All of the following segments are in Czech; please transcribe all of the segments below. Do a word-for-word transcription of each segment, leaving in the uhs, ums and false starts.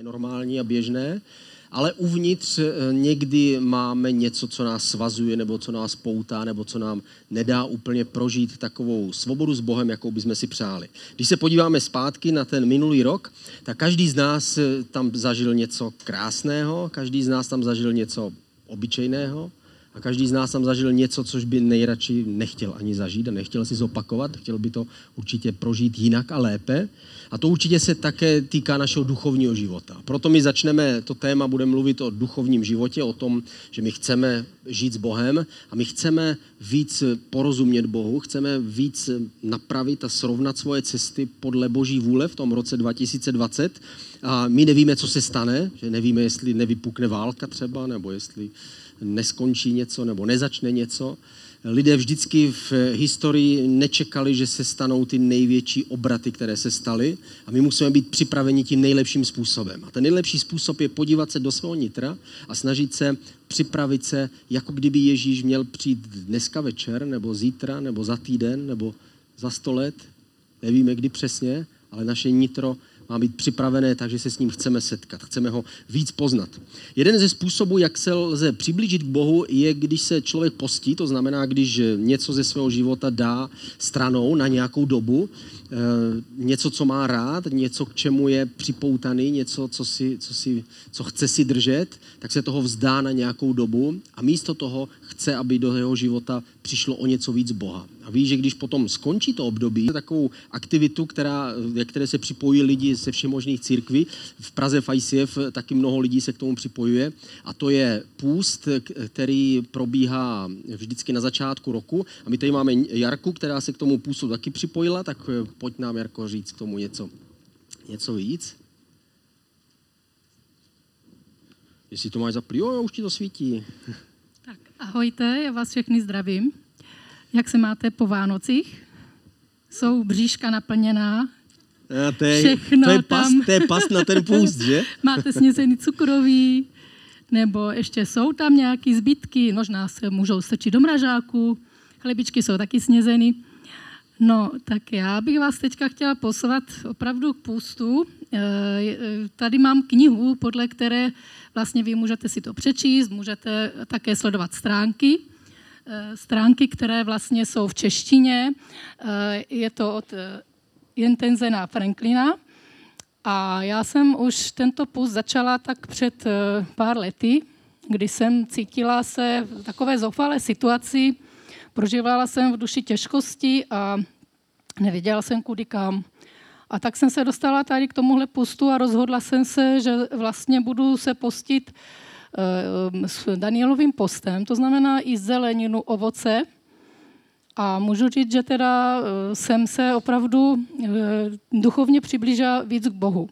je normální a běžné, ale uvnitř někdy máme něco, co nás svazuje, nebo co nás poutá, nebo co nám nedá úplně prožít takovou svobodu s Bohem, jakou bychom si přáli. Když se podíváme zpátky na ten minulý rok, tak každý z nás tam zažil něco krásného, každý z nás tam zažil něco obyčejného a každý z nás tam zažil něco, což by nejradši nechtěl ani zažít a nechtěl si zopakovat, chtěl by to určitě prožít jinak a lépe. A to určitě se také týká našeho duchovního života. Proto my začneme to téma, budeme mluvit o duchovním životě, o tom, že my chceme žít s Bohem a my chceme víc porozumět Bohu, chceme víc napravit a srovnat svoje cesty podle Boží vůle v tom roce dva tisíce dvacet. A my nevíme, co se stane, že nevíme, jestli nevypukne válka třeba, nebo jestli neskončí něco, nebo nezačne něco. Lidé vždycky v historii nečekali, že se stanou ty největší obraty, které se staly a my musíme být připraveni tím nejlepším způsobem. A ten nejlepší způsob je podívat se do svého nitra a snažit se připravit se, jako kdyby Ježíš měl přijít dneska večer, nebo zítra, nebo za týden, nebo za sto let. Nevíme, kdy přesně, ale naše nitro má být připravené, takže se s ním chceme setkat, chceme ho víc poznat. Jeden ze způsobů, jak se lze přiblížit k Bohu, je, když se člověk postí, to znamená, když něco ze svého života dá stranou na nějakou dobu, něco, co má rád, něco, k čemu je připoutaný, něco, co, si, co, si, co chce si držet, tak se toho vzdá na nějakou dobu a místo toho chce, aby do jeho života přišlo o něco víc Boha. A ví, že když potom skončí to období, takovou aktivitu, která, které se připojí lidi ze všech možných církví, v Praze v I C F taky mnoho lidí se k tomu připojuje a to je půst, který probíhá vždycky na začátku roku a my tady máme Jarku, která se k tomu půstu taky připojila, tak pojď nám, Jarko, říct k tomu něco, něco víc. Jestli to máš zaplý, jo, jo, už ti to svítí. Tak ahojte, já vás všechny zdravím. Jak se máte po Vánocích? Jsou bříška naplněná? A to je, všechno to je past, tam. to je past na ten půst, že? Máte snězený cukroví? Nebo ještě jsou tam nějaké zbytky? Možná se můžou strčit do mražáku. Chlebičky jsou taky snězený. No, tak já bych vás teďka chtěla poslat opravdu k půstu. Tady mám knihu, podle které vlastně vy můžete si to přečíst, můžete také sledovat stránky. Stránky, které vlastně jsou v češtině. Je to od Jentenzena Franklina. A já jsem už tento půst začala tak před pár lety, kdy jsem cítila se v takové zoufalé situaci, prožívala jsem v duši těžkosti a nevěděla jsem kudy kam. A tak jsem se dostala tady k tomuhle postu a rozhodla jsem se, že vlastně budu se postit s Danielovým postem, to znamená i zeleninu, ovoce. A můžu říct, že teda jsem se opravdu duchovně přiblížila víc k Bohu.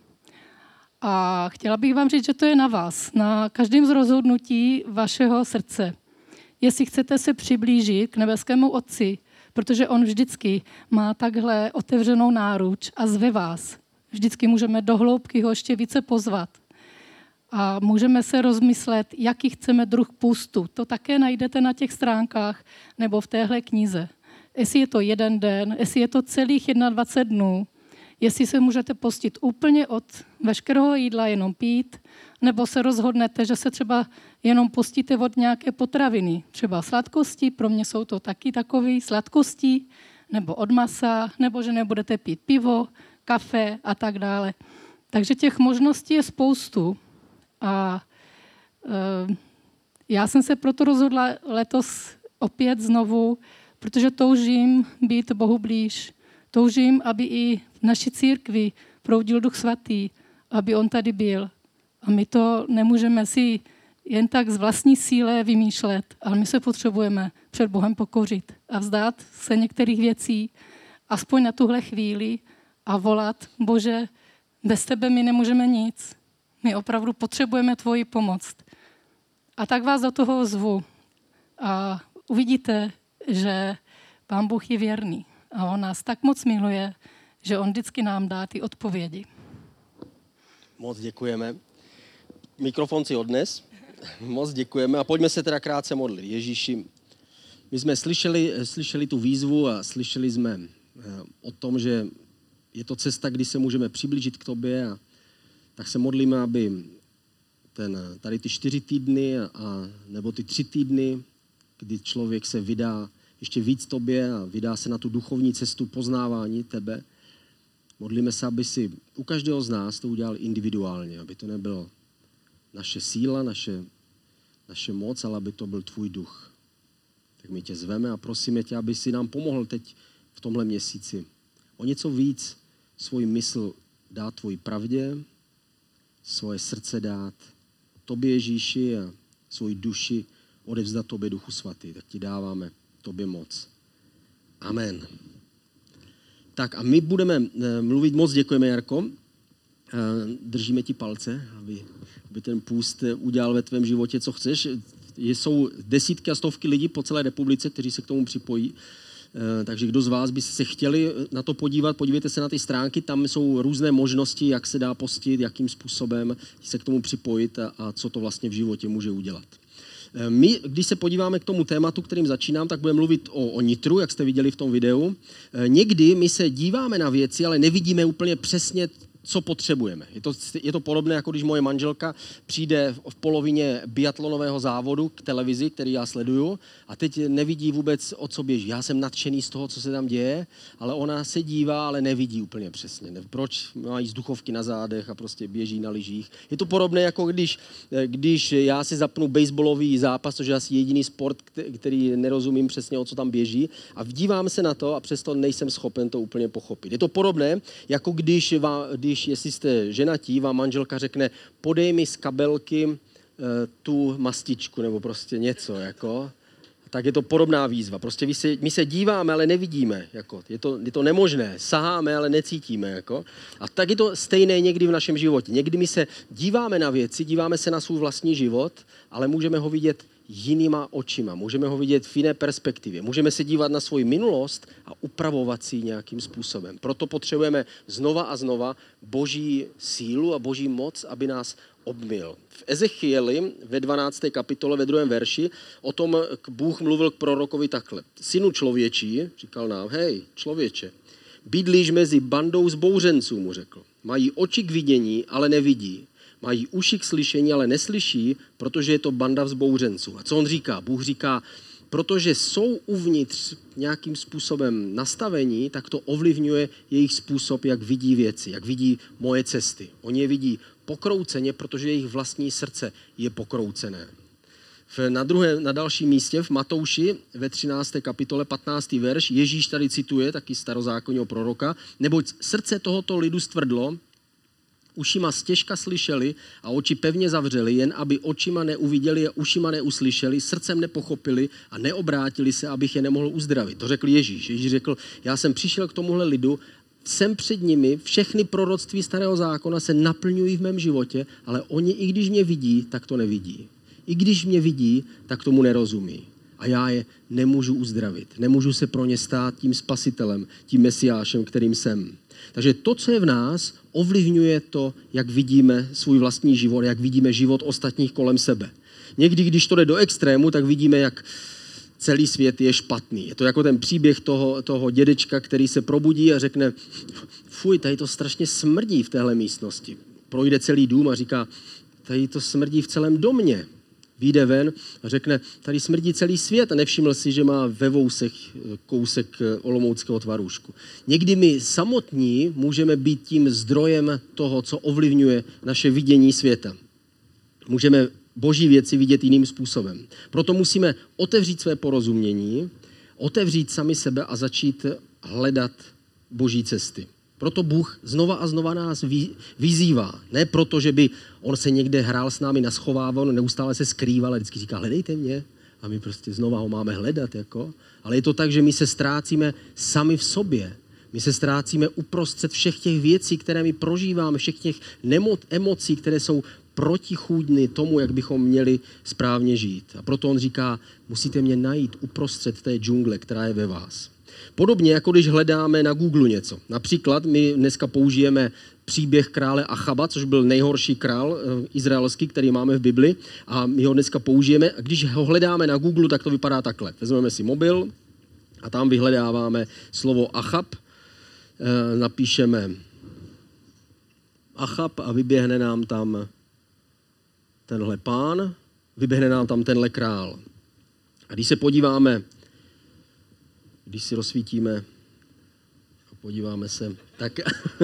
A chtěla bych vám říct, že to je na vás, na každém z rozhodnutí vašeho srdce. Jestli chcete se přiblížit k nebeskému Otci, protože on vždycky má takhle otevřenou náruč a zve vás. Vždycky můžeme do hloubky ho ještě více pozvat. A můžeme se rozmyslet, jaký chceme druh půstu. To také najdete na těch stránkách nebo v téhle knize. Jestli je to jeden den, jestli je to celých dvacet jedna dnů, jestli se můžete postit úplně od veškerého jídla, jenom pít, nebo se rozhodnete, že se třeba jenom postíte od nějaké potraviny, třeba sladkosti, pro mě jsou to taky takové sladkosti, nebo od masa, nebo že nebudete pít pivo, kafe a tak dále. Takže těch možností je spoustu. A e, já jsem se proto rozhodla letos opět znovu, protože toužím být Bohu blíž. Toužím, aby i v naší církvi proudil Duch Svatý, aby on tady byl. A my to nemůžeme si jen tak z vlastní síle vymýšlet, ale my se potřebujeme před Bohem pokořit a vzdát se některých věcí, aspoň na tuhle chvíli a volat, Bože, bez tebe my nemůžeme nic. My opravdu potřebujeme tvoji pomoc. A tak vás do toho zvu. A uvidíte, že Pán Bůh je věrný. A on nás tak moc miluje, že on vždycky nám dá ty odpovědi. Moc děkujeme. Mikrofon si odnes. Moc děkujeme a pojďme se teda krátce modlit. Ježíši, my jsme slyšeli, slyšeli tu výzvu a slyšeli jsme o tom, že je to cesta, kdy se můžeme přiblížit k tobě a tak se modlíme, aby ten, tady ty čtyři týdny a, nebo ty tři týdny, kdy člověk se vydá ještě víc tobě a vydá se na tu duchovní cestu poznávání tebe, modlíme se, aby si u každého z nás to udělal individuálně, aby to nebyla naše síla, naše, naše moc, ale aby to byl tvůj duch. Tak my tě zveme a prosíme tě, aby si nám pomohl teď v tomhle měsíci o něco víc svůj mysl dát tvoji pravdě, svoje srdce dát tobě Ježíši a svoji duši odevzdat tobě Duchu Svatý. Tak ti dáváme tobě moc. Amen. Tak a my budeme mluvit, moc děkujeme, Jarko. Držíme ti palce, aby, aby ten půst udělal ve tvém životě, co chceš. Jsou desítky a stovky lidí po celé republice, kteří se k tomu připojí. Takže kdo z vás by se chtěli na to podívat, podívejte se na ty stránky, tam jsou různé možnosti, jak se dá postit, jakým způsobem se k tomu připojit a, a co to vlastně v životě může udělat. My, když se podíváme k tomu tématu, kterým začínám, tak budeme mluvit o, o nitru, jak jste viděli v tom videu. Někdy my se díváme na věci, ale nevidíme úplně přesně, co potřebujeme. Je to, je to podobné, jako když moje manželka přijde v polovině biatlonového závodu k televizi, který já sleduju, a teď nevidí vůbec, o co běží. Já jsem nadšený z toho, co se tam děje, ale ona se dívá, ale nevidí úplně přesně. Proč mají vzduchovky na zádech a prostě běží na lyžích. Je to podobné, jako když, když já si zapnu baseballový zápas, což je asi jediný sport, který nerozumím přesně, o co tam běží, a dívám se na to a přesto nejsem schopen to úplně pochopit. Je to podobné, jako když, vám, když jestli jste ženatí, vám manželka řekne, podej mi z kabelky e, tu mastičku nebo prostě něco, jako, tak je to podobná výzva. Prostě my se, my se díváme, ale nevidíme. Jako, je, to, je to nemožné. Saháme, ale necítíme. Jako. A tak je to stejné někdy v našem životě. Někdy my se díváme na věci, díváme se na svůj vlastní život, ale můžeme ho vidět jinýma očima. Můžeme ho vidět v jiné perspektivě. Můžeme se dívat na svoji minulost a upravovat si ji nějakým způsobem. Proto potřebujeme znova a znova Boží sílu a Boží moc, aby nás obmyl. V Ezechieli ve dvanácté kapitole ve druhém verši o tom Bůh mluvil k prorokovi takhle. Synu člověčí, říkal nám, hej, člověče, bydlíš mezi bandou zbouřenců, mu řekl. Mají oči k vidění, ale nevidí. Mají uši k slyšení, ale neslyší, protože je to banda vzbouřenců. A co on říká? Bůh říká, protože jsou uvnitř nějakým způsobem nastavení, tak to ovlivňuje jejich způsob, jak vidí věci, jak vidí moje cesty. Oni je vidí pokrouceně, protože jejich vlastní srdce je pokroucené. Na, druhé, na dalším místě v Matouši ve třinácté kapitole patnáctý verš Ježíš tady cituje taky starozákonního proroka, neboť srdce tohoto lidu stvrdlo, ušima stěžka slyšeli a oči pevně zavřeli, jen aby očima neuviděli a ušima neuslyšeli, srdcem nepochopili a neobrátili se, abych je nemohl uzdravit. To řekl Ježíš. Ježíš řekl, já jsem přišel k tomuhle lidu, jsem před nimi, všechny proroctví starého zákona se naplňují v mém životě, ale oni, i když mě vidí, tak to nevidí. I když mě vidí, tak tomu nerozumí. A já je nemůžu uzdravit. Nemůžu se pro ně stát tím spasitelem, tím mesiášem, kterým jsem. Takže to, co je v nás, ovlivňuje to, jak vidíme svůj vlastní život, jak vidíme život ostatních kolem sebe. Někdy, když to jde do extrému, tak vidíme, jak celý svět je špatný. Je to jako ten příběh toho, toho dědečka, který se probudí a řekne, fuj, tady to strašně smrdí v téhle místnosti. Projde celý dům a říká, tady to smrdí v celém domě. Vyjde ven a řekne, tady smrdí celý svět a nevšiml si, že má ve vousech kousek olomouckého tvarůžku. Někdy my samotní můžeme být tím zdrojem toho, co ovlivňuje naše vidění světa. Můžeme Boží věci vidět jiným způsobem. Proto musíme otevřít své porozumění, otevřít sami sebe a začít hledat Boží cesty. Proto Bůh znova a znova nás vyzývá. Ne proto, že by on se někde hrál s námi, naschovával, neustále se skrýval a vždycky říká, hledejte mě. A my prostě znova ho máme hledat. Jako. Ale je to tak, že my se ztrácíme sami v sobě. My se ztrácíme uprostřed všech těch věcí, které my prožíváme, všech těch nemo- emocí, které jsou protichůdny tomu, jak bychom měli správně žít. A proto on říká, musíte mě najít uprostřed té džungle, která je ve vás. Podobně, jako když hledáme na Google něco. Například my dneska použijeme příběh krále Achaba, což byl nejhorší král izraelský, který máme v Bibli, a my ho dneska použijeme. A když ho hledáme na Google, tak to vypadá takhle. Vezmeme si mobil a tam vyhledáváme slovo Achab, napíšeme Achab a vyběhne nám tam tenhle pán, vyběhne nám tam tenhle král. A když se podíváme, když si rozsvítíme a podíváme se, tak,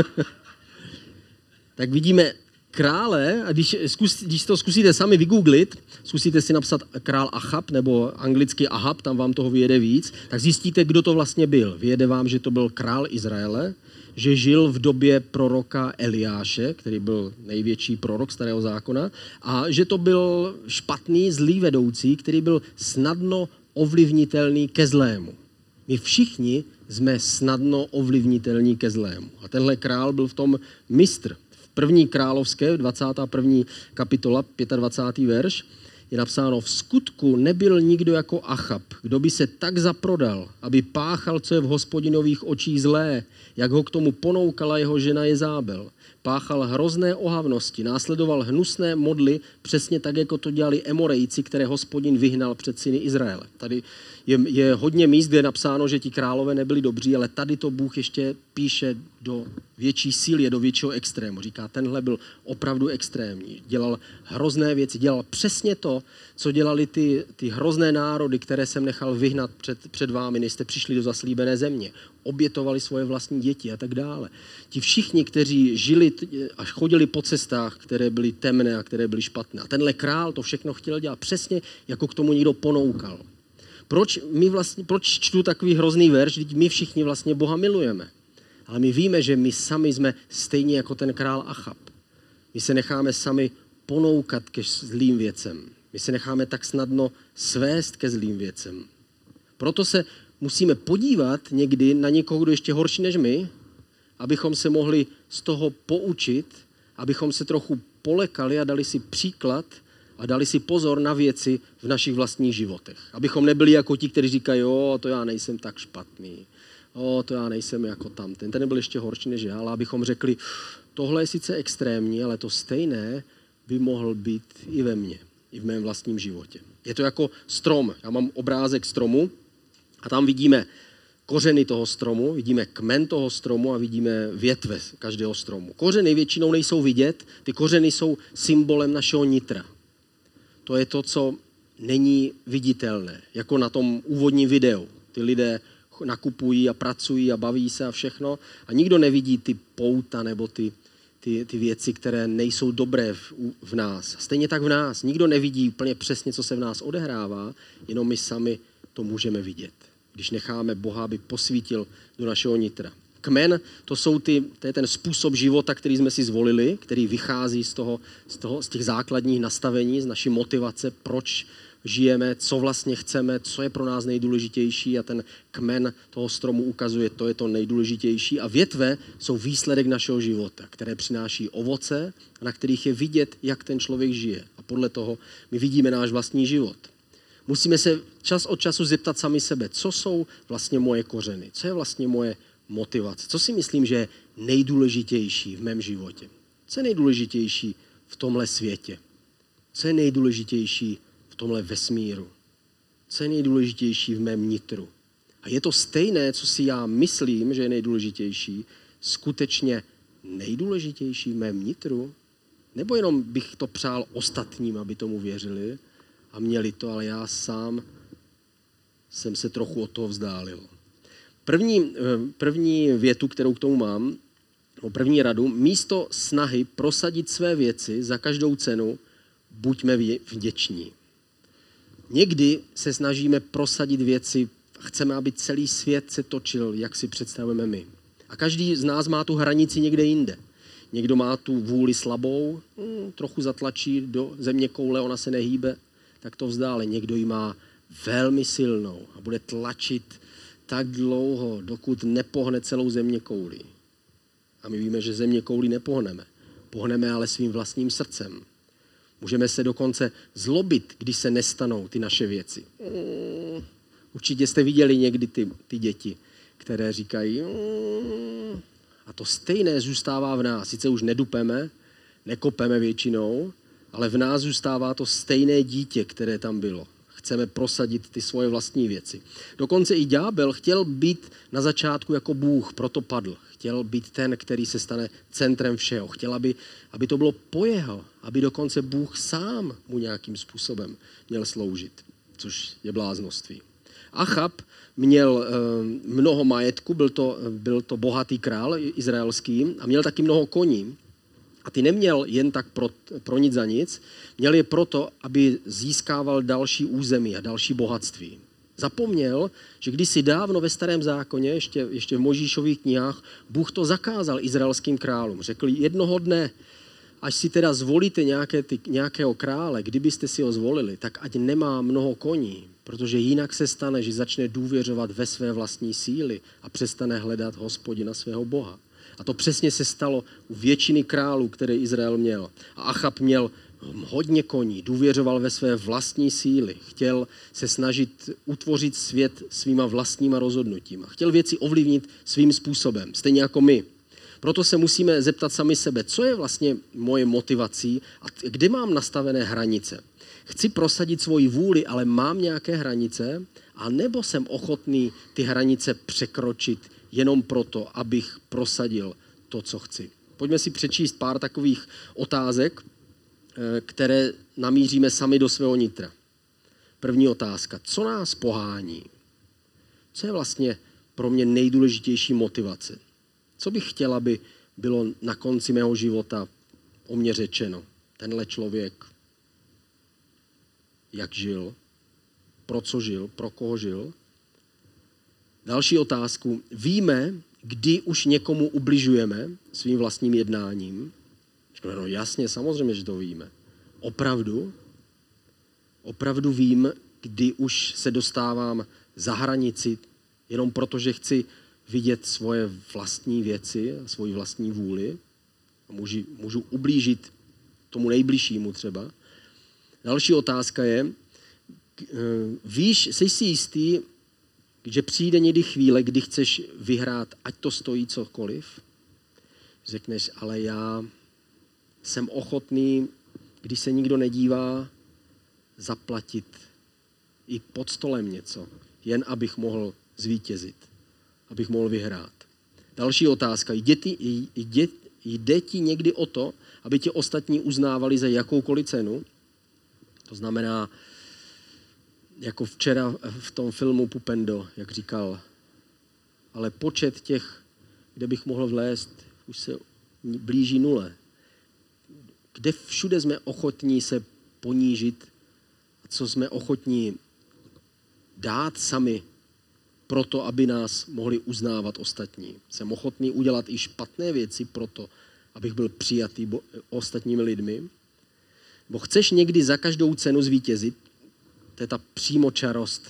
tak vidíme krále, a když, zkus, když to zkusíte sami vygooglit, zkusíte si napsat král Achab, nebo anglicky Ahab, tam vám toho vyjede víc, tak zjistíte, kdo to vlastně byl. Vyjede vám, že to byl král Izraele, že žil v době proroka Eliáše, který byl největší prorok starého zákona, a že to byl špatný, zlý vedoucí, který byl snadno ovlivnitelný ke zlému. My všichni jsme snadno ovlivnitelní ke zlému. A tenhle král byl v tom mistr. V první královské, dvacátá první kapitola, dvacátý pátý verš, je napsáno: v skutku nebyl nikdo jako Achab, kdo by se tak zaprodal, aby páchal, co je v Hospodinových očích zlé, jak ho k tomu ponoukala jeho žena Jezábel. Páchal hrozné ohavnosti, následoval hnusné modly, přesně tak, jako to dělali Emorejci, které Hospodin vyhnal před syny Izraele. Tady je, je hodně míst, kde je napsáno, že ti králové nebyli dobří, ale tady to Bůh ještě píše do větší síly, do většího extrému. Říká, tenhle byl opravdu extrémní. Dělal hrozné věci, dělal přesně to, co dělali ty, ty hrozné národy, které jsem nechal vyhnat před, před vámi, než jste přišli do zaslíbené země. Obětovali svoje vlastní děti a tak dále. Ti všichni, kteří žili a chodili po cestách, které byly temné a které byly špatné. A tenhle král to všechno chtěl dělat přesně, jako k tomu někdo ponoukal. Proč, my vlastně, proč čtu takový hrozný verš, když my všichni vlastně Boha milujeme? Ale my víme, že my sami jsme stejně jako ten král Achab. My se necháme sami ponoukat ke zlým věcem. My se necháme tak snadno svést ke zlým věcem. Proto se musíme podívat někdy na někoho, kdo ještě horší než my, abychom se mohli z toho poučit, abychom se trochu polekali a dali si příklad a dali si pozor na věci v našich vlastních životech. Abychom nebyli jako ti, kteří říkají, jo, to já nejsem tak špatný, jo, to já nejsem jako tamten, ten nebyl ještě horší než já, ale abychom řekli, tohle je sice extrémní, ale to stejné by mohl být i ve mně, i v mém vlastním životě. Je to jako strom, já mám obrázek stromu a tam vidíme kořeny toho stromu, vidíme kmen toho stromu a vidíme větve každého stromu. Kořeny většinou nejsou vidět, ty kořeny jsou symbolem našeho nitra. To je to, co není viditelné, jako na tom úvodním videu. Ty lidé nakupují a pracují a baví se a všechno a nikdo nevidí ty pouta nebo ty, ty, ty věci, které nejsou dobré v, v nás. Stejně tak v nás. Nikdo nevidí úplně přesně, co se v nás odehrává, jenom my sami to můžeme vidět, když necháme Boha, aby posvítil do našeho nitra. Kmen, to, jsou ty, to je ten způsob života, který jsme si zvolili, který vychází z, toho, z, toho, z těch základních nastavení, z naší motivace, proč žijeme, co vlastně chceme, co je pro nás nejdůležitější a ten kmen toho stromu ukazuje, to je to nejdůležitější. A větve jsou výsledek našeho života, které přináší ovoce, na kterých je vidět, jak ten člověk žije. A podle toho my vidíme náš vlastní život. Musíme se čas od času zeptat sami sebe, co jsou vlastně moje kořeny, co je vlastně moje motivace, co si myslím, že je nejdůležitější v mém životě, co je nejdůležitější v tomhle světě, co je nejdůležitější v tomhle vesmíru, co je nejdůležitější v mém nitru. A je to stejné, co si já myslím, že je nejdůležitější, skutečně nejdůležitější v mém nitru, nebo jenom bych to přál ostatním, aby tomu věřili a měli to, ale já sám jsem se trochu od toho vzdálil. První, první větu, kterou k tomu mám, první radu, místo snahy prosadit své věci za každou cenu, buďme vděční. Někdy se snažíme prosadit věci, chceme, aby celý svět se točil, jak si představujeme my. A každý z nás má tu hranici někde jinde. Někdo má tu vůli slabou, hm, trochu zatlačí do země koule, ona se nehýbe, tak to vzdá, ale někdo ji má velmi silnou a bude tlačit tak dlouho, dokud nepohne celou země kouli. A my víme, že země kouli nepohneme. Pohneme ale svým vlastním srdcem. Můžeme se dokonce zlobit, když se nestanou ty naše věci. Mm, určitě jste viděli někdy ty, ty děti, které říkají mm, a to stejné zůstává v nás. Sice už nedupeme, nekopeme většinou, ale v nás zůstává to stejné dítě, které tam bylo. chceme prosadit ty svoje vlastní věci. Dokonce i ďábel chtěl být na začátku jako Bůh, proto padl. Chtěl být ten, který se stane centrem všeho. Chtěl, aby, aby to bylo po jeho, aby dokonce Bůh sám mu nějakým způsobem měl sloužit, což je bláznoství. Achab měl e, mnoho majetku, byl to, byl to bohatý král izraelský a měl taky mnoho koní. A ty neměl jen tak pro, pro nic za nic, měl je proto, aby získával další území a další bohatství. Zapomněl, že kdysi dávno ve Starém zákoně, ještě, ještě v Mojžíšových knihách, Bůh to zakázal izraelským králům. Řekl jednoho dne, až si teda zvolíte nějaké ty, nějakého krále, kdybyste si ho zvolili, tak ať nemá mnoho koní, protože jinak se stane, že začne důvěřovat ve své vlastní síly a přestane hledat Hospodina svého Boha. A to přesně se stalo u většiny králů, které Izrael měl. A Achab měl hodně koní, důvěřoval ve své vlastní síly, chtěl se snažit utvořit svět svýma vlastníma rozhodnutíma. Chtěl věci ovlivnit svým způsobem, stejně jako my. Proto se musíme zeptat sami sebe, co je vlastně moje motivací a kde mám nastavené hranice. Chci prosadit svoji vůli, ale mám nějaké hranice, a nebo jsem ochotný ty hranice překročit jenom proto, abych prosadil to, co chci. Pojďme si přečíst pár takových otázek, které namíříme sami do svého nitra. První otázka. Co nás pohání? Co je vlastně pro mě nejdůležitější motivace? Co bych chtěl, aby bylo na konci mého života o mě řečeno? Tenhle člověk, jak žil, pro co žil, pro koho žil? Další otázku. Víme, kdy už někomu ubližujeme svým vlastním jednáním? No jasně, samozřejmě, že to víme. Opravdu? Opravdu vím, kdy už se dostávám za hranici, jenom proto, že chci vidět svoje vlastní věci, svoji vlastní vůli. Můžu, můžu ublížit tomu nejbližšímu třeba. Další otázka je, víš, jsi si jistý, že přijde někdy chvíle, kdy chceš vyhrát, ať to stojí cokoliv? Řekneš, ale já jsem ochotný, když se nikdo nedívá, zaplatit i pod stolem něco, jen abych mohl zvítězit, abych mohl vyhrát. Další otázka. Jde ti, jde, jde ti někdy o to, aby tě ostatní uznávali za jakoukoliv cenu? To znamená, jako včera v tom filmu Pupendo, jak říkal, ale počet těch, kde bych mohl vlézt, už se blíží nule. Kde všude jsme ochotní se ponížit a co jsme ochotní dát sami proto, aby nás mohli uznávat ostatní. Jsem ochotný udělat i špatné věci proto, abych byl přijatý ostatními lidmi. Bo chceš někdy za každou cenu zvítězit, to je ta přímočarost.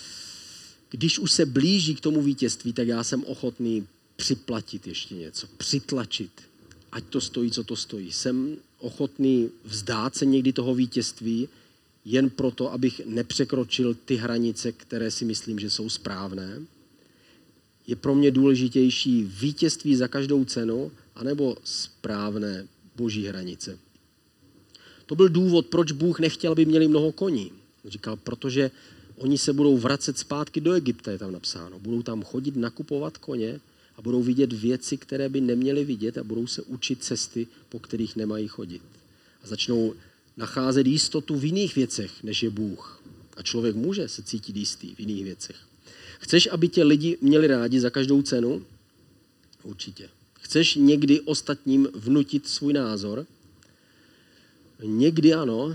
Když už se blíží k tomu vítězství, tak já jsem ochotný připlatit ještě něco, přitlačit, ať to stojí, co to stojí. Jsem ochotný vzdát se někdy toho vítězství, jen proto, abych nepřekročil ty hranice, které si myslím, že jsou správné. Je pro mě důležitější vítězství za každou cenu, anebo správné boží hranice. To byl důvod, proč Bůh nechtěl, aby měli mnoho koní. Říkal, protože oni se budou vracet zpátky do Egypta, je tam napsáno. Budou tam chodit nakupovat koně a budou vidět věci, které by neměli vidět a budou se učit cesty, po kterých nemají chodit. A začnou nacházet jistotu v jiných věcech, než je Bůh. A člověk může se cítit jistý v jiných věcech. Chceš, aby tě lidi měli rádi za každou cenu? Určitě. Chceš někdy ostatním vnutit svůj názor? Někdy ano,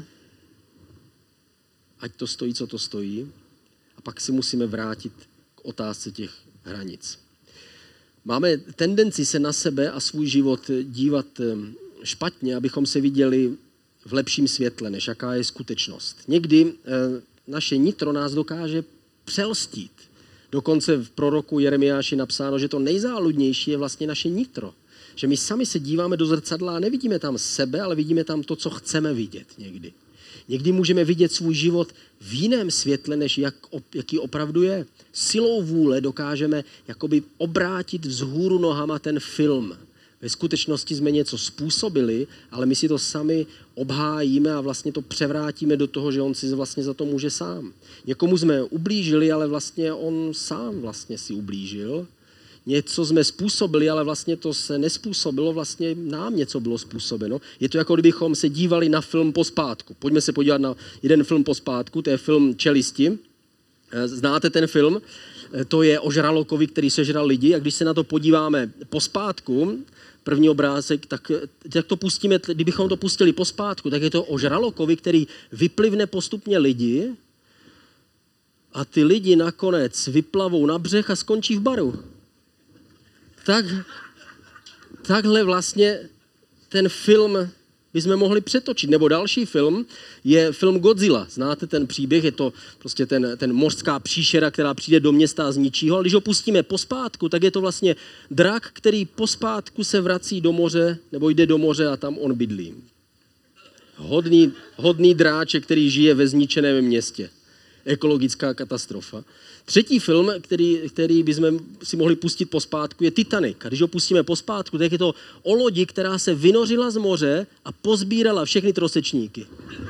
ať to stojí, co to stojí. A pak si musíme vrátit k otázce těch hranic. Máme tendenci se na sebe a svůj život dívat špatně, abychom se viděli v lepším světle, než jaká je skutečnost. Někdy naše nitro nás dokáže přelstít. Dokonce v proroku Jeremiáši napsáno, že to nejzáludnější je vlastně naše nitro. Že my sami se díváme do zrcadla a nevidíme tam sebe, ale vidíme tam to, co chceme vidět někdy. Někdy můžeme vidět svůj život v jiném světle, než jak, jaký opravdu je. Silou vůle dokážeme jakoby obrátit vzhůru nohama ten film, Ve skutečnosti jsme něco způsobili, ale my si to sami obhájíme a vlastně to převrátíme do toho, že on si vlastně za to může sám. Někomu jsme ublížili, ale vlastně on sám vlastně si ublížil. Něco jsme způsobili, ale vlastně to se nespůsobilo, vlastně nám něco bylo způsobeno. Je to jako kdybychom se dívali na film Pospátku. Pojďme se podívat na jeden film Pospátku, to je film Čelisti. Znáte ten film? To je o žralokovi, který sežral lidi, a když se na to podíváme pospátku, první obrázek, tak, tak to pustíme, kdybychom to pustili pospátku, tak je to o žralokovi, který vyplivne postupně lidi a ty lidi nakonec vyplavou na břeh a skončí v baru. Tak, takhle vlastně ten film bychom mohli přetočit. Nebo další film je film Godzilla. Znáte ten příběh? Je to prostě ten, ten mořská příšera, která přijde do města a zničí ho. Ale když ho pustíme pospátku, tak je to vlastně drak, který pospátku se vrací do moře, nebo jde do moře a tam on bydlí. Hodný, hodný dráček, který žije ve zničeném městě. Ekologická katastrofa. Třetí film, který, který bychom si mohli pustit pospátku, je Titanic. A když ho pustíme pospátku, tak je to o lodi, která se vynořila z moře a pozbírala všechny trosečníky.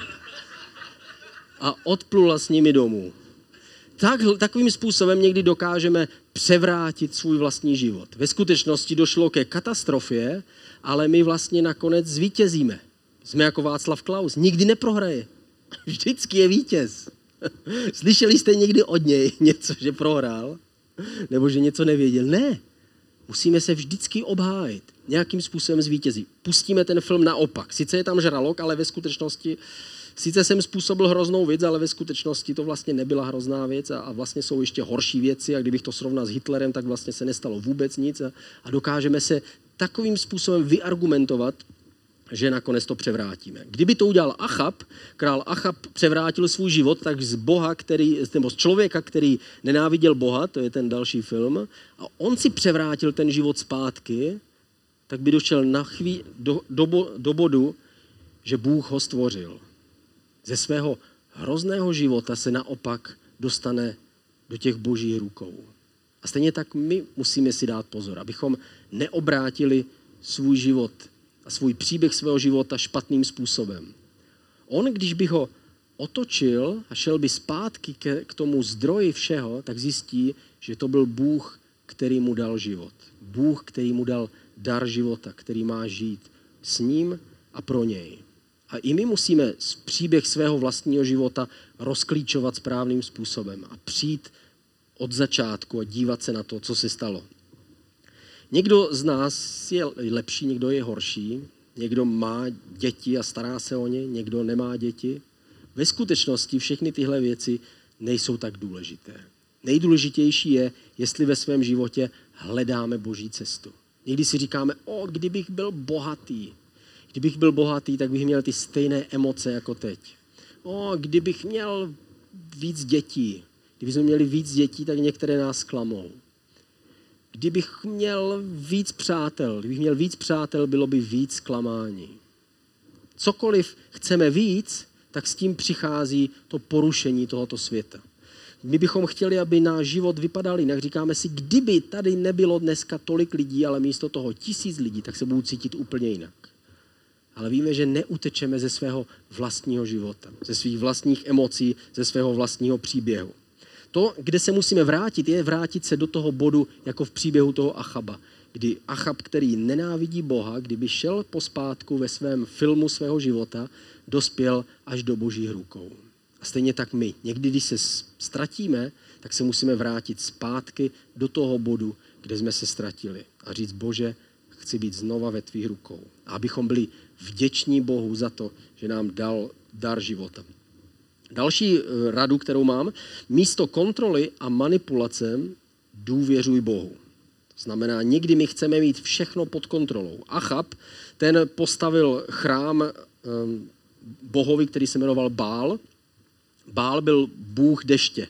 A odplula s nimi domů. Tak, takovým způsobem někdy dokážeme převrátit svůj vlastní život. Ve skutečnosti došlo ke katastrofě, ale my vlastně nakonec zvítězíme. Jsme jako Václav Klaus. Nikdy neprohraje. Vždycky je vítěz. Slyšeli jste někdy od něj něco, že prohrál? Nebo že něco nevěděl? Ne. Musíme se vždycky obhájit. Nějakým způsobem zvítězit. Pustíme ten film naopak. Sice je tam žralok, ale ve skutečnosti, sice jsem způsobil hroznou věc, ale ve skutečnosti to vlastně nebyla hrozná věc a, a vlastně jsou ještě horší věci a kdybych to srovnal s Hitlerem, tak vlastně se nestalo vůbec nic a, a dokážeme se takovým způsobem vyargumentovat, že nakonec to převrátíme. Kdyby to udělal Achab, král Achab převrátil svůj život, tak z Boha, který, nebo z člověka, který nenáviděl Boha, to je ten další film, a on si převrátil ten život zpátky, tak by došel na chví, do, do, do bodu, že Bůh ho stvořil. Ze svého hrozného života se naopak dostane do těch božích rukou. A stejně tak my musíme si dát pozor, abychom neobrátili svůj život a svůj příběh svého života špatným způsobem. On, když by ho otočil a šel by zpátky ke, k tomu zdroji všeho, tak zjistí, že to byl Bůh, který mu dal život. Bůh, který mu dal dar života, který má žít s ním a pro něj. A i my musíme příběh svého vlastního života rozklíčovat správným způsobem a přijít od začátku a dívat se na to, co se stalo. Někdo z nás je lepší, někdo je horší, někdo má děti a stará se o ně, někdo nemá děti. Ve skutečnosti všechny tyhle věci nejsou tak důležité. Nejdůležitější je, jestli ve svém životě hledáme Boží cestu. Někdy si říkáme, o, kdybych byl bohatý. Kdybych byl bohatý, tak bych měl ty stejné emoce jako teď. O, kdybych měl víc dětí. Kdybychom měli víc dětí, tak některé nás zklamou. Kdybych měl víc přátel, kdybych měl víc přátel, bylo by víc zklamání. Cokoliv chceme víc, tak s tím přichází to porušení tohoto světa. My bychom chtěli, aby náš život vypadal jinak. Říkáme si, kdyby tady nebylo dneska tolik lidí, ale místo toho tisíc lidí, tak se budu cítit úplně jinak. Ale víme, že neutečeme ze svého vlastního života, ze svých vlastních emocí, ze svého vlastního příběhu. To, kde se musíme vrátit, je vrátit se do toho bodu, jako v příběhu toho Achaba. Kdy Achab, který nenávidí Boha, kdyby šel pospátku ve svém filmu svého života, dospěl až do Božích rukou. A stejně tak my. Někdy, když se ztratíme, tak se musíme vrátit zpátky do toho bodu, kde jsme se ztratili. A říct, Bože, chci být znova ve tvých rukou. A abychom byli vděční Bohu za to, že nám dal dar života. Další radu, kterou mám, místo kontroly a manipulace důvěřuj Bohu. To znamená, někdy my chceme mít všechno pod kontrolou. Achab, ten postavil chrám bohovi, který se jmenoval Bál. Bál byl bůh deště.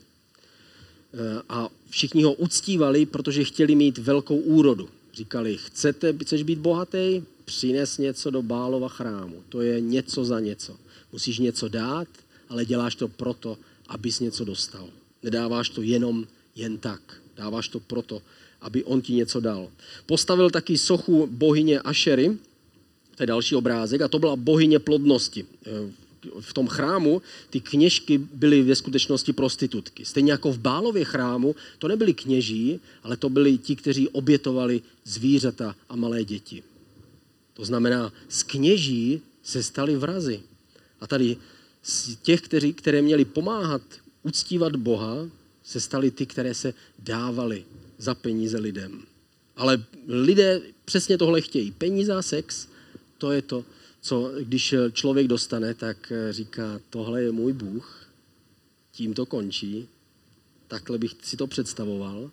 A všichni ho uctívali, protože chtěli mít velkou úrodu. Říkali, chcete, chceš být bohatý? Přines něco do Bálova chrámu. To je něco za něco. Musíš něco dát, ale děláš to proto, abys něco dostal. Nedáváš to jenom jen tak. Dáváš to proto, aby on ti něco dal. Postavil taky sochu bohyně Ašery, to je další obrázek, a to byla bohyně plodnosti. V tom chrámu ty kněžky byly ve skutečnosti prostitutky. Stejně jako v Bálově chrámu, to nebyli kněží, ale to byli ti, kteří obětovali zvířata a malé děti. To znamená, z kněží se stali vrazi. A tady z těch, kteří, které měli pomáhat uctívat Boha, se stali ty, které se dávali za peníze lidem. Ale lidé přesně tohle chtějí. Peníze a sex, to je to, co když člověk dostane, tak říká, tohle je můj Bůh, tím to končí, takhle bych si to představoval,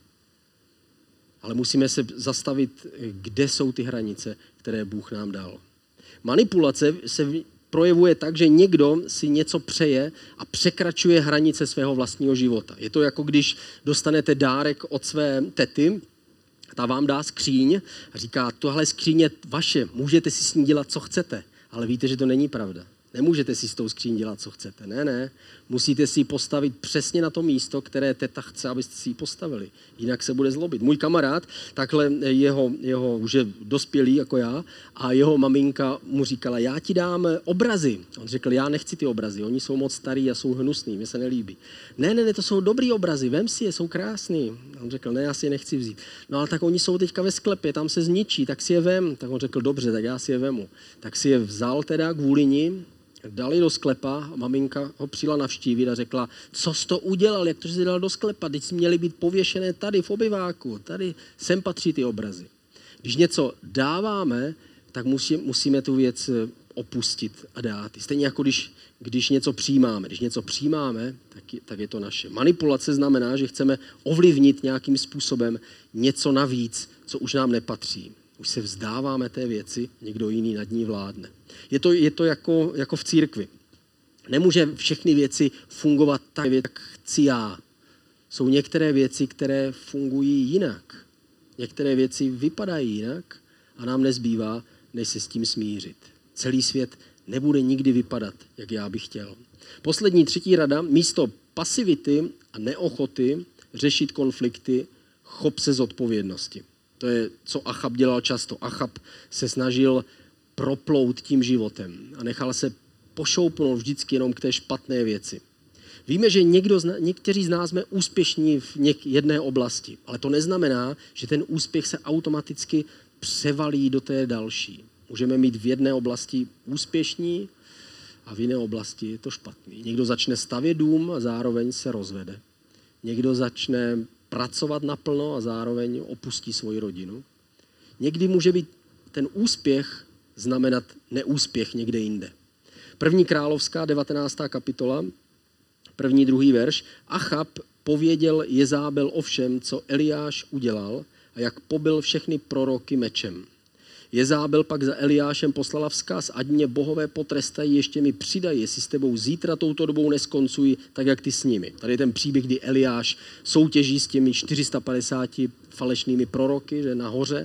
ale musíme se zastavit, kde jsou ty hranice, které Bůh nám dal. Manipulace se projevuje tak, že někdo si něco přeje a překračuje hranice svého vlastního života. Je to jako když dostanete dárek od své tety, ta vám dá skříň a říká, tohle skříň je vaše, můžete si s ní dělat, co chcete. Ale víte, že to není pravda. Nemůžete si s tou skříň dělat, co chcete. Ne, ne. Musíte si ji postavit přesně na to místo, které teta chce, abyste si ji postavili. Jinak se bude zlobit. Můj kamarád, takhle jeho, jeho už je dospělý jako já, a jeho maminka mu říkala, já ti dám obrazy. On řekl, já nechci ty obrazy, oni jsou moc starý a jsou hnusný, mně se nelíbí. Ne, ne, ne, to jsou dobrý obrazy, vem si je, jsou krásný. On řekl, ne, já si je nechci vzít. No ale tak oni jsou teďka ve sklepě, tam se zničí, tak si je vem. Tak on řekl, dobře, tak já si je vemu. Tak si je vzal teda kvůli ní, dali do sklepa, a maminka ho přijela navštívit a řekla, co jsi to udělal, jak to jsi dal do sklepa, teď jsi měli být pověšené tady v obyváku, tady sem patří ty obrazy. Když něco dáváme, tak musí, musíme tu věc opustit a dát. Stejně jako když, když něco přijímáme. Když něco přijímáme, tak je, tak je to naše. Manipulace znamená, že chceme ovlivnit nějakým způsobem něco navíc, co už nám nepatří. Už se vzdáváme té věci, někdo jiný nad ní vládne. Je to, je to jako, jako v církvi. Nemůže všechny věci fungovat tak, jak chci já. Jsou některé věci, které fungují jinak. Některé věci vypadají jinak a nám nezbývá, než se s tím smířit. Celý svět nebude nikdy vypadat, jak já bych chtěl. Poslední třetí rada, místo pasivity a neochoty řešit konflikty, chop se zodpovědnosti. To je, co Achab dělal často. Achab se snažil proplout tím životem a nechal se pošoupnout vždycky jenom k té špatné věci. Víme, že někdo, někteří z nás jsme úspěšní v něk, jedné oblasti, ale to neznamená, že ten úspěch se automaticky převalí do té další. Můžeme mít v jedné oblasti úspěšní a v jiné oblasti je to špatný. Někdo začne stavět dům a zároveň se rozvede. Někdo začne pracovat naplno a zároveň opustí svoji rodinu. Někdy může být ten úspěch znamenat neúspěch někde jinde. První královská, devatenáctá kapitola, první, druhý verš. Achab pověděl Jezábel o všem, co Eliáš udělal a jak pobil všechny proroky mečem. Jezábel pak za Eliášem poslala vzkaz, ať mě bohové potrestají, ještě mi přidají, jestli s tebou zítra touto dobou neskoncují, tak jak ty s nimi. Tady je ten příběh, kdy Eliáš soutěží s těmi čtyři sta padesáti falešnými proroky, že nahoře,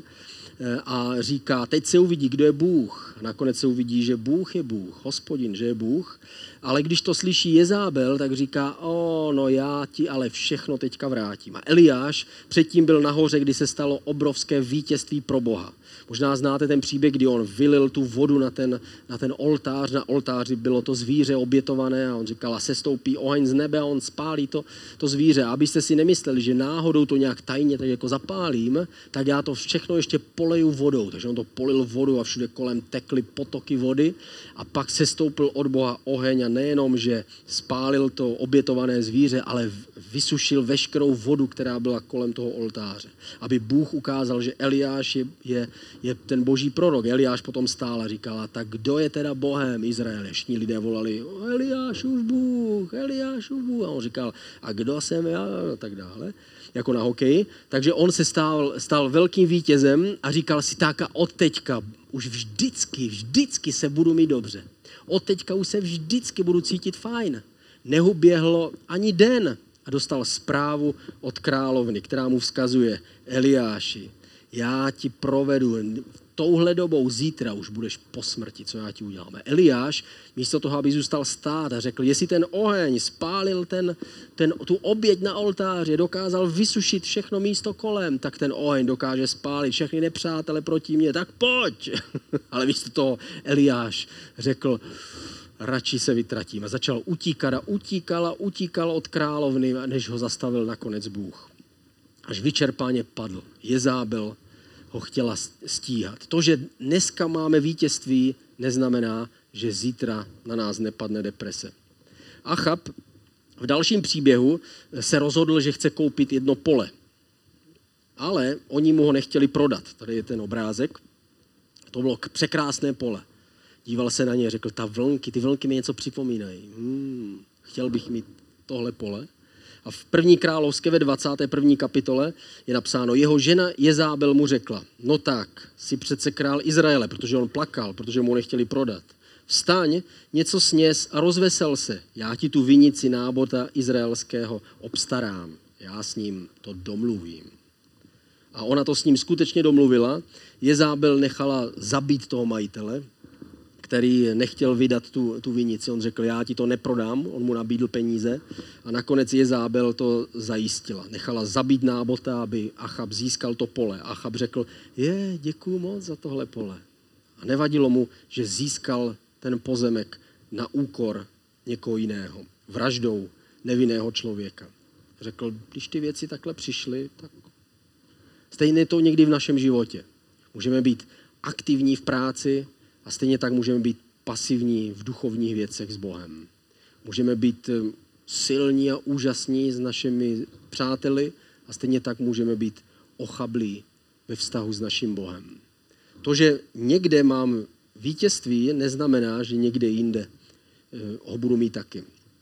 a říká, teď se uvidí, kdo je Bůh. A nakonec se uvidí, že Bůh je Bůh, Hospodin, že je Bůh. Ale když to slyší Jezábel, tak říká, o, no já ti ale všechno teďka vrátím. A Eliáš předtím byl nahoře, kdy se stalo obrovské vítězství pro Boha. Možná znáte ten příběh, kdy on vylil tu vodu na ten, na ten oltář. Na oltáři bylo to zvíře obětované a on říkal, a sestoupí oheň z nebe a on spálí to, to zvíře. A abyste si nemysleli, že náhodou to nějak tajně tak jako zapálím, tak já to všechno ještě poleju vodou. Takže on to polil vodu a všude kolem tekly potoky vody a pak sestoupil od Boha oheň a nejenom, že spálil to obětované zvíře, ale vysušil veškerou vodu, která byla kolem toho oltáře. Aby Bůh ukázal, že Eliáš je, je, je ten boží prorok. Eliáš potom stál a říkal, tak kdo je teda Bohem Izraele? Všichni lidé volali, Eliášův Bůh, Eliášův Bůh. A on říkal, a kdo jsem já? A tak dále. Jako na hokeji. Takže on se stal, stal velkým vítězem a říkal si, tak a od teďka už vždycky, vždycky se budu mít dobře. Od teďka už se vždycky budu cítit fajn. Neuběhlo ani den a dostal zprávu od královny, která mu vzkazuje, Eliáši, já ti provedu touhle dobou zítra už budeš po smrti, co já ti udělám. Eliáš místo toho, aby zůstal stát a řekl, jestli ten oheň spálil ten, ten, tu oběť na oltáři, dokázal vysušit všechno místo kolem, tak ten oheň dokáže spálit všechny nepřátele proti mně, tak pojď. Ale místo toho Eliáš řekl, radši se vytratím. A začal utíkat a utíkal a utíkal od královny, než ho zastavil nakonec Bůh. Až vyčerpáně padl. Jezábel ho chtěla stíhat. To, že dneska máme vítězství, neznamená, že zítra na nás nepadne deprese. Achab v dalším příběhu se rozhodl, že chce koupit jedno pole. Ale oni mu ho nechtěli prodat. Tady je ten obrázek. To bylo překrásné pole. Díval se na ně a řekl, ta vlnky, ty vlnky mi něco připomínají. Hmm, chtěl bych mít tohle pole. A v první královské ve dvacáté první kapitole je napsáno, jeho žena Jezábel mu řekla, no tak, jsi přece král Izraele, protože on plakal, protože mu ho nechtěli prodat. Vstaň, něco sněz a rozvesel se. Já ti tu vinici nábota izraelského obstarám. Já s ním to domluvím. A ona to s ním skutečně domluvila. Jezábel nechala zabít toho majitele, který nechtěl vydat tu, tu vinici. On řekl, já ti to neprodám, on mu nabídl peníze a nakonec Jezábel to zajistila. Nechala zabít Nábota, aby Achab získal to pole. Achab řekl, je, děkuju moc za tohle pole. A nevadilo mu, že získal ten pozemek na úkor někoho jiného. Vraždou nevinného člověka. Řekl, když ty věci takhle přišly, tak stejně to někdy v našem životě. Můžeme být aktivní v práci, a stejně tak můžeme být pasivní v duchovních věcech s Bohem. Můžeme být silní a úžasní s našimi přáteli a stejně tak můžeme být ochablí ve vztahu s naším Bohem. To, že někde mám vítězství, neznamená, že někde jinde ho budu mít taky.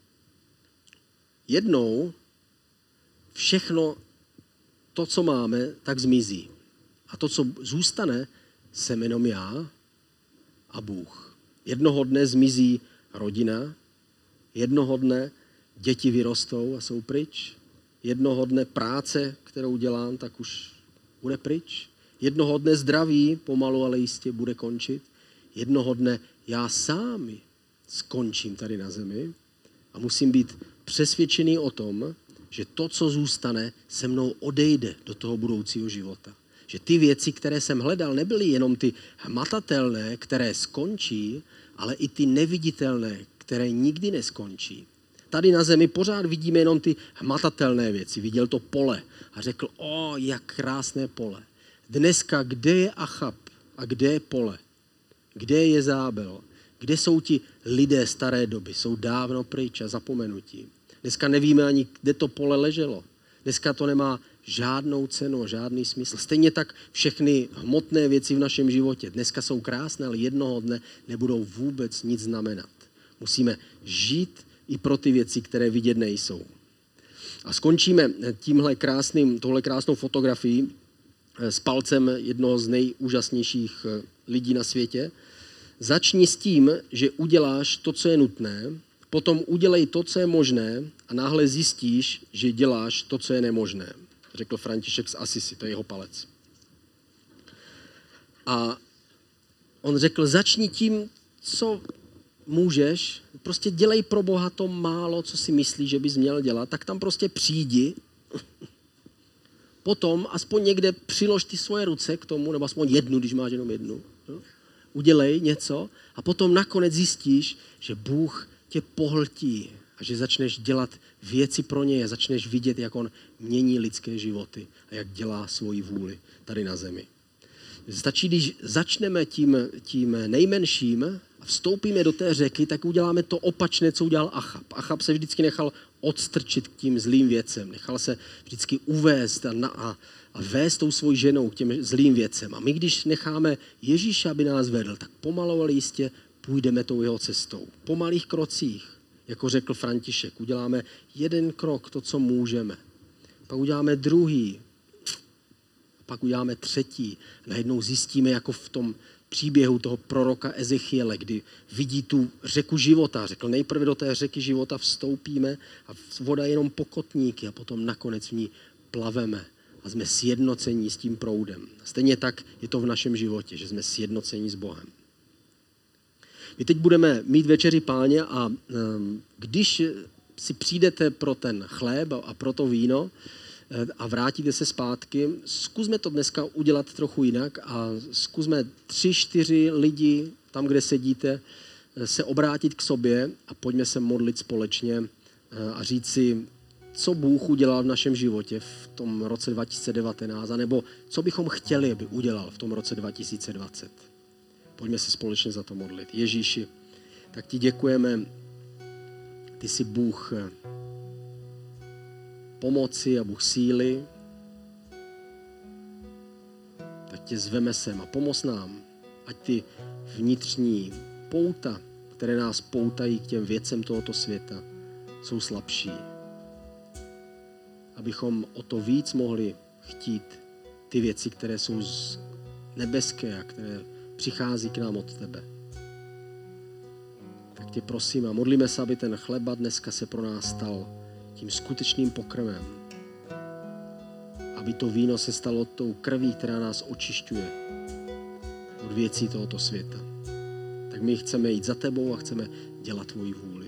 Jednou všechno to, co máme, tak zmizí. A to, co zůstane, jsem jenom já a Bůh. Jednoho dne zmizí rodina, jednoho dne děti vyrostou a jsou pryč, jednoho dne práce, kterou dělám, tak už bude pryč, jednoho dne zdraví, pomalu, ale jistě bude končit, jednoho dne já sám skončím tady na zemi a musím být přesvědčený o tom, že to, co zůstane, se mnou odejde do toho budoucího života. Že ty věci, které jsem hledal, nebyly jenom ty hmatatelné, které skončí, ale i ty neviditelné, které nikdy neskončí. Tady na zemi pořád vidíme jenom ty hmatatelné věci. Viděl to pole a řekl, o, jak krásné pole. Dneska, kde je Achab a kde je pole? Kde je Jezábel? Kde jsou ti lidé staré doby? Jsou dávno pryč a zapomenutí. Dneska nevíme ani, kde to pole leželo. Dneska to nemá žádnou cenu, žádný smysl. Stejně tak všechny hmotné věci v našem životě. Dneska jsou krásné, ale jednoho dne nebudou vůbec nic znamenat. Musíme žít i pro ty věci, které vidět nejsou. A skončíme tímhle krásným, tohle krásnou fotografií s palcem jednoho z nejúžasnějších lidí na světě. Začni s tím, že uděláš to, co je nutné, potom udělej to, co je možné a náhle zjistíš, že děláš to, co je nemožné. Řekl František z Assisi, to je jeho palec. A on řekl, začni tím, co můžeš, prostě dělej pro Boha to málo, co si myslíš, že bys měl dělat, tak tam prostě přijdi, potom aspoň někde přilož ty svoje ruce k tomu, nebo aspoň jednu, když máš jenom jednu, jo? Udělej něco a potom nakonec zjistíš, že Bůh tě pohltí a že začneš dělat věci pro něj a začneš vidět, jak on mění lidské životy a jak dělá svoji vůli tady na zemi. Stačí, když začneme tím, tím nejmenším a vstoupíme do té řeky, tak uděláme to opačné, co udělal Achab. Achab se vždycky nechal odstrčit k tím zlým věcem, nechal se vždycky uvést a, na, a, a vést tou svojí ženou k těm zlým věcem. A my, když necháme Ježíše, aby nás vedl, tak pomalu, ale jistě půjdeme tou jeho cestou. Po malých krocích, jako řekl František, uděláme jeden krok, to, co můžeme. Pak uděláme druhý, pak uděláme třetí. Najednou zjistíme, jako v tom příběhu toho proroka Ezechiele, kdy vidí tu řeku života. Řekl, nejprve do té řeky života vstoupíme a voda je jenom pokotníky a potom nakonec v ní plaveme a jsme sjednocení s tím proudem. Stejně tak je to v našem životě, že jsme sjednocení s Bohem. My teď budeme mít večeři Páně a když si přijdete pro ten chléb a pro to víno a vrátíte se zpátky, zkusme to dneska udělat trochu jinak a zkusme tři, čtyři lidi tam, kde sedíte, se obrátit k sobě a pojďme se modlit společně a říct si, co Bůh udělal v našem životě v tom roce dva tisíce devatenáct, nebo co bychom chtěli, aby udělal v tom roce dva tisíce dvacet. Pojďme se společně za to modlit. Ježíši, tak ti děkujeme, ty jsi Bůh pomoci a Bůh síly, tak tě zveme sem a pomoz nám, ať ty vnitřní pouta, které nás poutají k těm věcem tohoto světa, jsou slabší. Abychom o to víc mohli chtít ty věci, které jsou nebeské a které přichází k nám od tebe. Tak tě prosím a modlíme se, aby ten chleba dneska se pro nás stal tím skutečným pokrmem. Aby to víno se stalo tou krví, která nás očišťuje od věcí tohoto světa. Tak my chceme jít za tebou a chceme dělat tvoji vůli.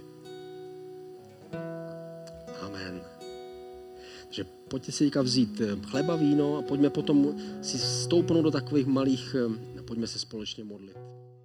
Amen. Takže pojďte si teďka vzít chleba, víno a pojďme potom si stoupnout do takových malých, pojďme se společně modlit.